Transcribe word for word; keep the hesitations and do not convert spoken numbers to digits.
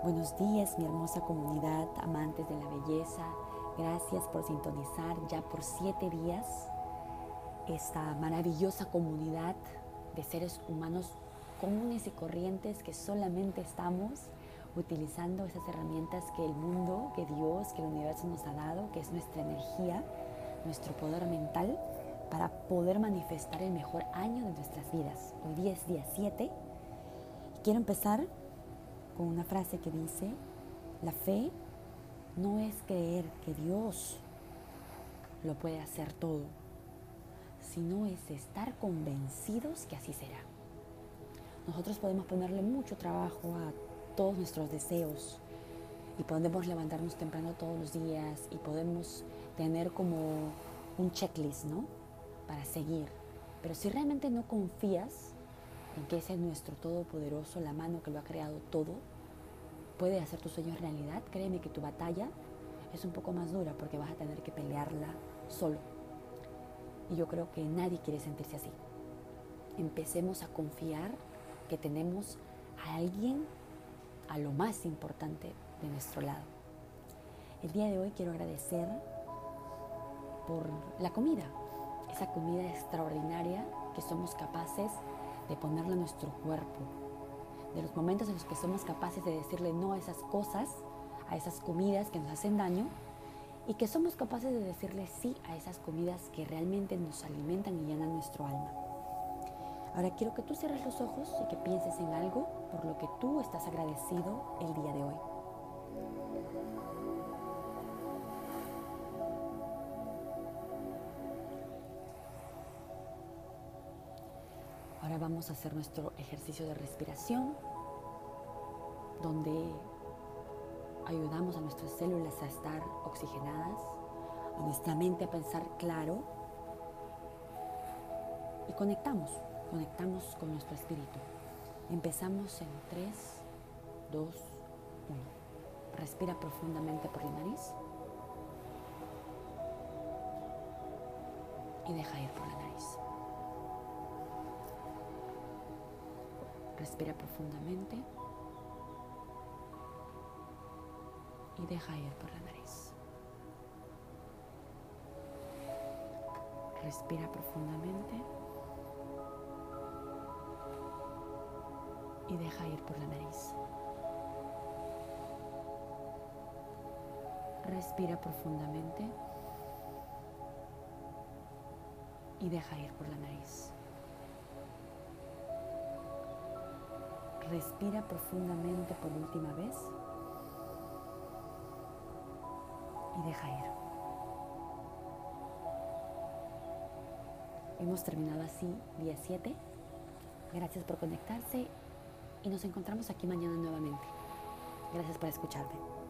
Buenos días, mi hermosa comunidad, amantes de la belleza. Gracias por sintonizar ya por siete días esta maravillosa comunidad de seres humanos comunes y corrientes que solamente estamos utilizando esas herramientas que el mundo, que Dios, que el universo nos ha dado, que es nuestra energía, nuestro poder mental, para poder manifestar el mejor año de nuestras vidas. Hoy día es día siete. Quiero empezar con una frase que dice: la fe no es creer que Dios lo puede hacer todo, sino es estar convencidos que así será. Nosotros podemos ponerle mucho trabajo a todos nuestros deseos y podemos levantarnos temprano todos los días y podemos tener como un checklist, ¿no?, para seguir. Pero si realmente no confías en que ese es nuestro Todopoderoso, la mano que lo ha creado todo, puede hacer tus sueños realidad, créeme que tu batalla es un poco más dura porque vas a tener que pelearla solo. Y yo creo que nadie quiere sentirse así. Empecemos a confiar que tenemos a alguien, a lo más importante de nuestro lado. El día de hoy quiero agradecer por la comida, esa comida extraordinaria que somos capaces de ponerle a nuestro cuerpo, de los momentos en los que somos capaces de decirle no a esas cosas, a esas comidas que nos hacen daño, y que somos capaces de decirle sí a esas comidas que realmente nos alimentan y llenan nuestro alma. Ahora quiero que tú cierres los ojos y que pienses en algo por lo que tú estás agradecido el día de hoy. Ahora vamos a hacer nuestro ejercicio de respiración, donde ayudamos a nuestras células a estar oxigenadas, a nuestra mente a pensar claro y conectamos, conectamos con nuestro espíritu. Empezamos en tres, dos, uno. Respira profundamente por la nariz y deja ir por la nariz. Respira profundamente y deja ir por la nariz. Respira profundamente y deja ir por la nariz. Respira profundamente y deja ir por la nariz. Respira profundamente por última vez y deja ir. Hemos terminado así día siete. Gracias por conectarse y nos encontramos aquí mañana nuevamente. Gracias por escucharme.